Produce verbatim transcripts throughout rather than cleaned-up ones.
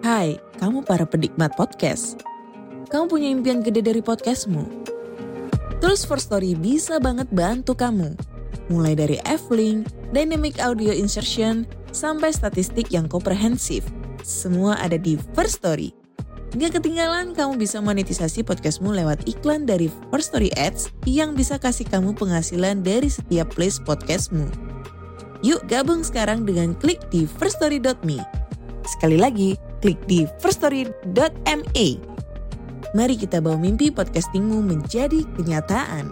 Hai, kamu para penikmat podcast. Kamu punya impian gede dari podcastmu? Terus First Story bisa banget bantu kamu. Mulai dari F-Link, Dynamic Audio Insertion, sampai statistik yang komprehensif. Semua ada di First Story. Gak ketinggalan kamu bisa monetisasi podcastmu lewat iklan dari First Story Ads yang bisa kasih kamu penghasilan dari setiap place podcastmu. Yuk gabung sekarang dengan klik di first story dot me. Sekali lagi, klik di first story dot me. Mari kita bawa mimpi podcastingmu menjadi kenyataan.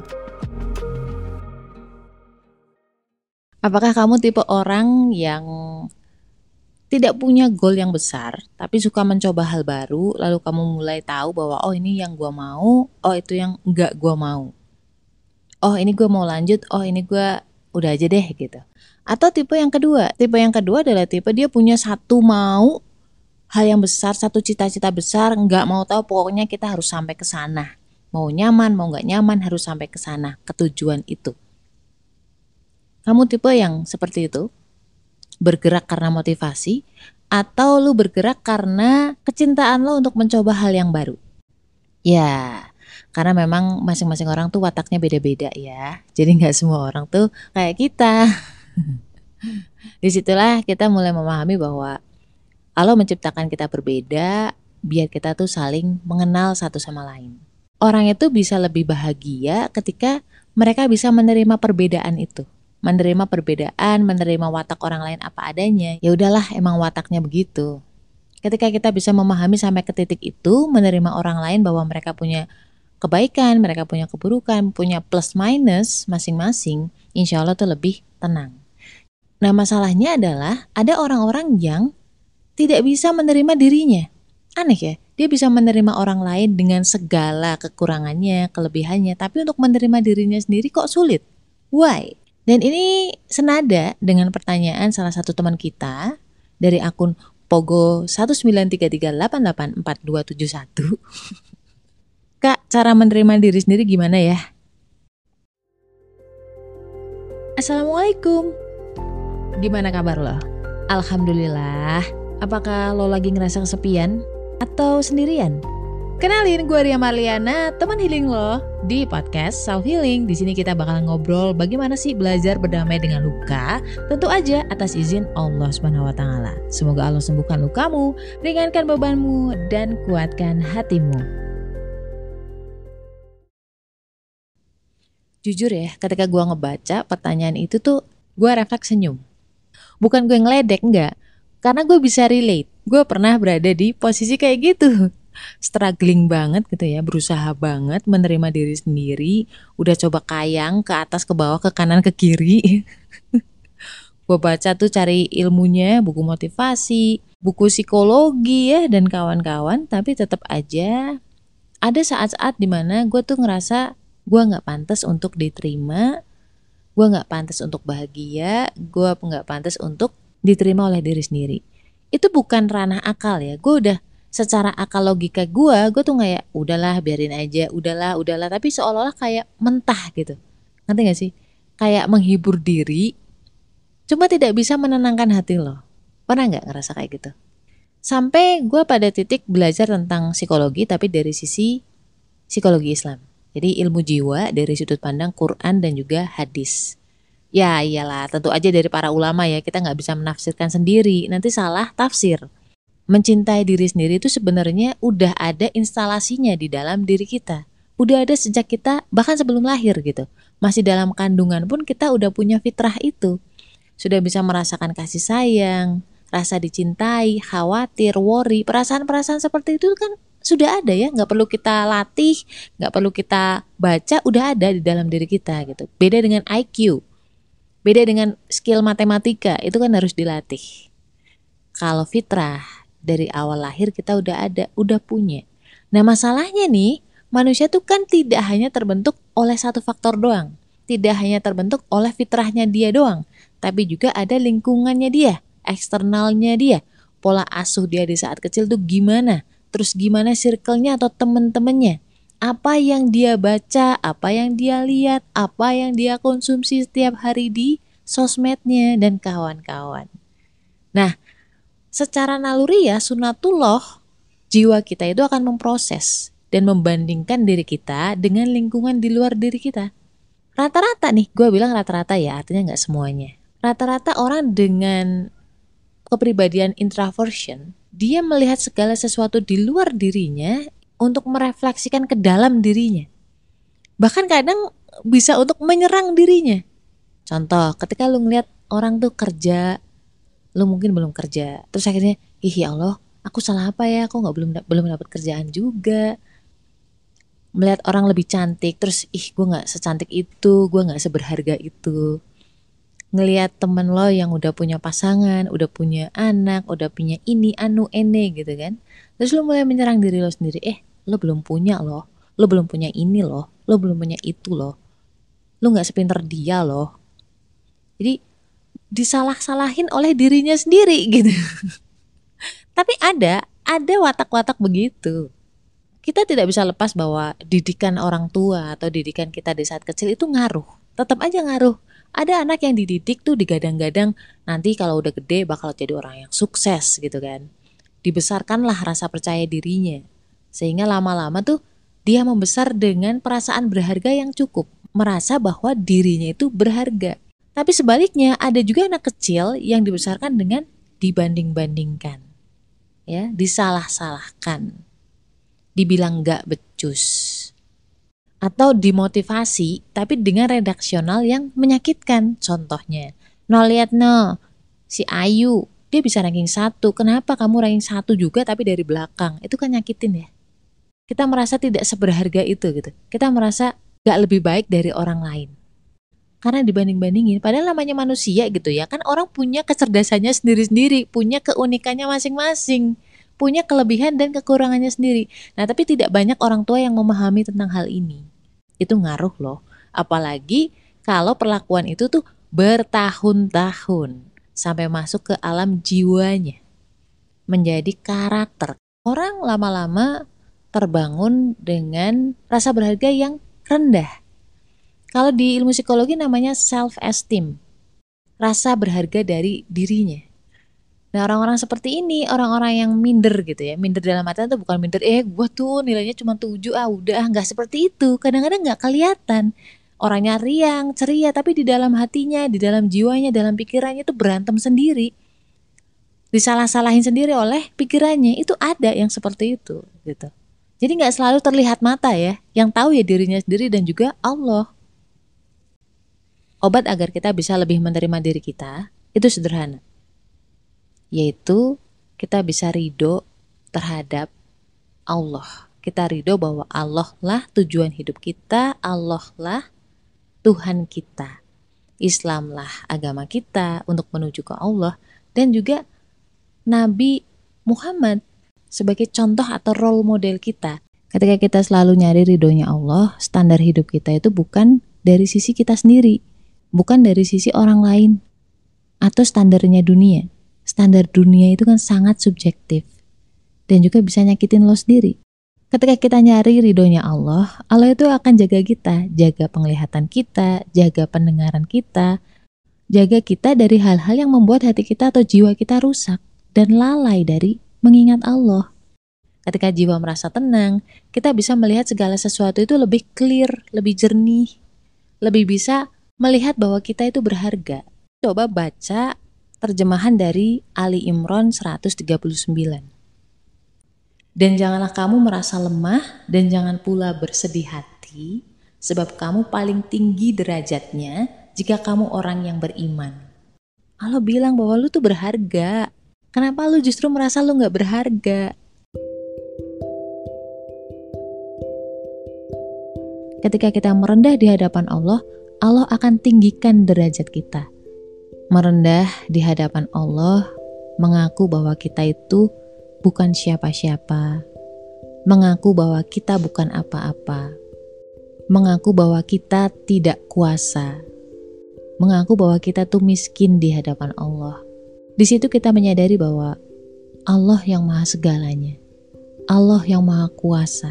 Apakah kamu tipe orang yang tidak punya goal yang besar, tapi suka mencoba hal baru, lalu kamu mulai tahu bahwa oh ini yang gue mau, oh itu yang enggak gue mau. Oh ini gue mau lanjut, oh ini gue udah aja deh gitu. Atau tipe yang kedua, tipe yang kedua adalah tipe dia punya satu mau, hal yang besar, satu cita-cita besar, enggak mau tahu pokoknya kita harus sampai ke sana. Mau nyaman, mau enggak nyaman harus sampai ke sana, ke tujuan itu. Kamu tipe yang seperti itu? Bergerak karena motivasi, atau lu bergerak karena kecintaan lo untuk mencoba hal yang baru? Ya, karena memang masing-masing orang tuh wataknya beda-beda ya. Jadi gak semua orang tuh kayak kita. Disitulah kita mulai memahami bahwa Allah menciptakan kita berbeda, biar kita tuh saling mengenal satu sama lain. Orang itu bisa lebih bahagia ketika mereka bisa menerima perbedaan itu. Menerima perbedaan, menerima watak orang lain apa adanya. Ya udahlah, emang wataknya begitu. Ketika kita bisa memahami sampai ke titik itu, menerima orang lain bahwa mereka punya kebaikan, mereka punya keburukan, punya plus minus masing-masing, insya Allah tuh lebih tenang. Nah masalahnya adalah ada orang-orang yang tidak bisa menerima dirinya. Aneh ya, dia bisa menerima orang lain dengan segala kekurangannya, kelebihannya, tapi untuk menerima dirinya sendiri kok sulit. Why? Dan ini senada dengan pertanyaan salah satu teman kita dari akun Pogo satu sembilan tiga tiga delapan delapan empat dua tujuh satu. Kak, cara menerima diri sendiri gimana ya? Assalamualaikum. Gimana kabar lo? Alhamdulillah. Apakah lo lagi ngerasa kesepian atau sendirian? Kenalin, gue Ria Marliana, teman healing lo di podcast Self Healing. Di sini kita bakal ngobrol bagaimana sih belajar berdamai dengan luka, tentu aja atas izin Allah Subhanahu wa taala. Semoga Allah sembuhkan lukamu, ringankan bebanmu dan kuatkan hatimu. Jujur ya, ketika gue ngebaca pertanyaan itu tuh gue refleks senyum. Bukan gue ngeledek, enggak. Karena gue bisa relate. Gue pernah berada di posisi kayak gitu. Struggling banget gitu ya, berusaha banget menerima diri sendiri, udah coba kayang ke atas, ke bawah, ke kanan, ke kiri. Gue baca tuh cari ilmunya, buku motivasi, buku psikologi ya dan kawan-kawan, tapi tetap aja ada saat-saat dimana gue tuh ngerasa gue nggak pantas untuk diterima, gue nggak pantas untuk bahagia, gue nggak pantas untuk diterima oleh diri sendiri. Itu bukan ranah akal ya, gue udah secara akal logika gue, gue tuh kayak udahlah biarin aja, udahlah, udahlah. Tapi seolah-olah kayak mentah gitu. Ngerti gak sih? Kayak menghibur diri, cuma tidak bisa menenangkan hati lo. Pernah gak ngerasa kayak gitu? Sampai gue pada titik belajar tentang psikologi, tapi dari sisi psikologi Islam. Jadi ilmu jiwa dari sudut pandang Quran dan juga hadis. Ya iyalah, tentu aja dari para ulama ya, kita gak bisa menafsirkan sendiri, nanti salah tafsir. Mencintai diri sendiri itu sebenarnya udah ada instalasinya di dalam diri kita. Udah ada sejak kita bahkan sebelum lahir gitu. Masih dalam kandungan pun kita udah punya fitrah itu. Sudah bisa merasakan kasih sayang, rasa dicintai, khawatir, worry. Perasaan-perasaan seperti itu kan sudah ada ya. Gak perlu kita latih, gak perlu kita baca, udah ada di dalam diri kita gitu. Beda dengan I Q, beda dengan skill matematika, itu kan harus dilatih. Kalau fitrah dari awal lahir kita udah ada, udah punya. Nah masalahnya nih, manusia tuh kan tidak hanya terbentuk oleh satu faktor doang. Tidak hanya terbentuk oleh fitrahnya dia doang. Tapi juga ada lingkungannya dia, eksternalnya dia. Pola asuh dia di saat kecil tuh gimana? Terus gimana circle-nya atau temen-temennya? Apa yang dia baca, apa yang dia lihat, apa yang dia konsumsi setiap hari di sosmednya dan kawan-kawan. Nah, secara naluri ya sunatullah, jiwa kita itu akan memproses dan membandingkan diri kita dengan lingkungan di luar diri kita. Rata-rata nih, gue bilang rata-rata ya, artinya gak semuanya. Rata-rata orang dengan kepribadian introversion, dia melihat segala sesuatu di luar dirinya untuk merefleksikan ke dalam dirinya. Bahkan kadang bisa untuk menyerang dirinya. Contoh, ketika lu ngeliat orang tuh kerja, lu mungkin belum kerja, terus akhirnya, ih ya Allah, aku salah apa ya, aku gak belum belum dapat kerjaan juga. Melihat orang lebih cantik, terus ih gue gak secantik itu, gue gak seberharga itu. Ngelihat temen lo yang udah punya pasangan, udah punya anak, udah punya ini, anu, ene gitu kan. Terus lo mulai menyerang diri lo sendiri, eh lo belum punya loh, lo belum punya ini loh, lo belum punya itu loh. Lo gak sepinter dia loh. Jadi disalah-salahin oleh dirinya sendiri gitu. Tapi ada, ada watak-watak begitu. Kita tidak bisa lepas bahwa didikan orang tua atau didikan kita di saat kecil itu ngaruh. Tetap aja ngaruh. Ada anak yang dididik tuh digadang-gadang nanti kalau udah gede bakal jadi orang yang sukses gitu kan. Dibesarkanlah rasa percaya dirinya. Sehingga lama-lama tuh dia membesar dengan perasaan berharga yang cukup. Merasa bahwa dirinya itu berharga. Tapi sebaliknya ada juga anak kecil yang dibesarkan dengan dibanding-bandingkan. Ya, disalah-salahkan. Dibilang gak becus, atau dimotivasi tapi dengan redaksional yang menyakitkan. Contohnya, no lihat no, si Ayu dia bisa ranking satu, kenapa kamu ranking satu juga tapi dari belakang? Itu kan nyakitin ya. Kita merasa tidak seberharga itu gitu. Kita merasa gak lebih baik dari orang lain karena dibanding-bandingin. Padahal namanya manusia gitu ya, kan orang punya kecerdasannya sendiri-sendiri, punya keunikannya masing-masing, punya kelebihan dan kekurangannya sendiri. Nah, tapi tidak banyak orang tua yang memahami tentang hal ini. Itu ngaruh loh. Apalagi kalau perlakuan itu tuh bertahun-tahun sampai masuk ke alam jiwanya. Menjadi karakter. Orang lama-lama terbangun dengan rasa berharga yang rendah. Kalau di ilmu psikologi namanya self-esteem. Rasa berharga dari dirinya. Nah, orang-orang seperti ini, orang-orang yang minder gitu ya, minder dalam artian tuh bukan minder, eh gue tuh nilainya cuma tujuh, ah udah, nggak seperti itu. Kadang-kadang nggak kelihatan. Orangnya riang, ceria, tapi di dalam hatinya, di dalam jiwanya, dalam pikirannya tuh berantem sendiri. Disalah-salahin sendiri oleh pikirannya, itu ada yang seperti itu gitu. Jadi nggak selalu terlihat mata ya, yang tahu ya dirinya sendiri dan juga Allah. Obat agar kita bisa lebih menerima diri kita, itu sederhana. Yaitu kita bisa ridho terhadap Allah. Kita ridho bahwa Allah lah tujuan hidup kita, Allah lah Tuhan kita. Islam lah agama kita untuk menuju ke Allah, dan juga Nabi Muhammad sebagai contoh atau role model kita. Ketika kita selalu nyari ridhonya Allah, standar hidup kita itu bukan dari sisi kita sendiri, bukan dari sisi orang lain atau standarnya dunia. Standar dunia itu kan sangat subjektif dan juga bisa nyakitin lo sendiri. Ketika kita nyari ridhonya Allah, Allah itu akan jaga kita, jaga penglihatan kita, jaga pendengaran kita, jaga kita dari hal-hal yang membuat hati kita atau jiwa kita rusak dan lalai dari mengingat Allah. Ketika jiwa merasa tenang, kita bisa melihat segala sesuatu itu lebih clear, lebih jernih, lebih bisa melihat bahwa kita itu berharga. Coba baca terjemahan dari Ali Imran seratus tiga puluh sembilan. Dan janganlah kamu merasa lemah dan jangan pula bersedih hati, sebab kamu paling tinggi derajatnya jika kamu orang yang beriman. Allah bilang bahwa lu tuh berharga. Kenapa lu justru merasa lu gak berharga? Ketika kita merendah di hadapan Allah, Allah akan tinggikan derajat kita. Merendah di hadapan Allah, mengaku bahwa kita itu bukan siapa-siapa, mengaku bahwa kita bukan apa-apa, mengaku bahwa kita tidak kuasa, mengaku bahwa kita tuh miskin di hadapan Allah. Di situ kita menyadari bahwa Allah yang maha segalanya, Allah yang maha kuasa.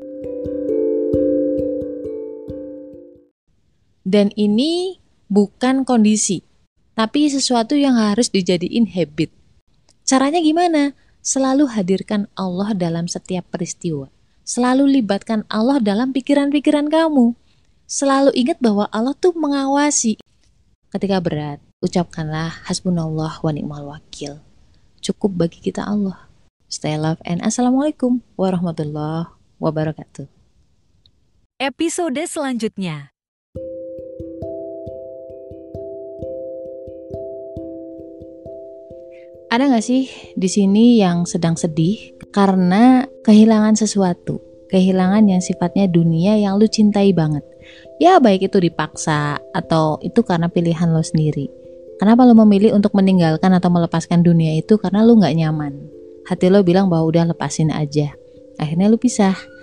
Dan ini bukan kondisi, tapi sesuatu yang harus dijadiin habit. Caranya gimana? Selalu hadirkan Allah dalam setiap peristiwa. Selalu libatkan Allah dalam pikiran-pikiran kamu. Selalu ingat bahwa Allah tuh mengawasi. Ketika berat, ucapkanlah hasbunallah wa ni'mal wakil. Cukup bagi kita Allah. Stay love and assalamualaikum warahmatullahi wabarakatuh. Episode selanjutnya. Ada gak sih di sini yang sedang sedih karena kehilangan sesuatu, kehilangan yang sifatnya dunia yang lu cintai banget? Ya baik itu dipaksa atau itu karena pilihan lo sendiri. Kenapa lo memilih untuk meninggalkan atau melepaskan dunia itu? Karena lo gak nyaman. Hati lo bilang bahwa udah lepasin aja. Akhirnya lo pisah.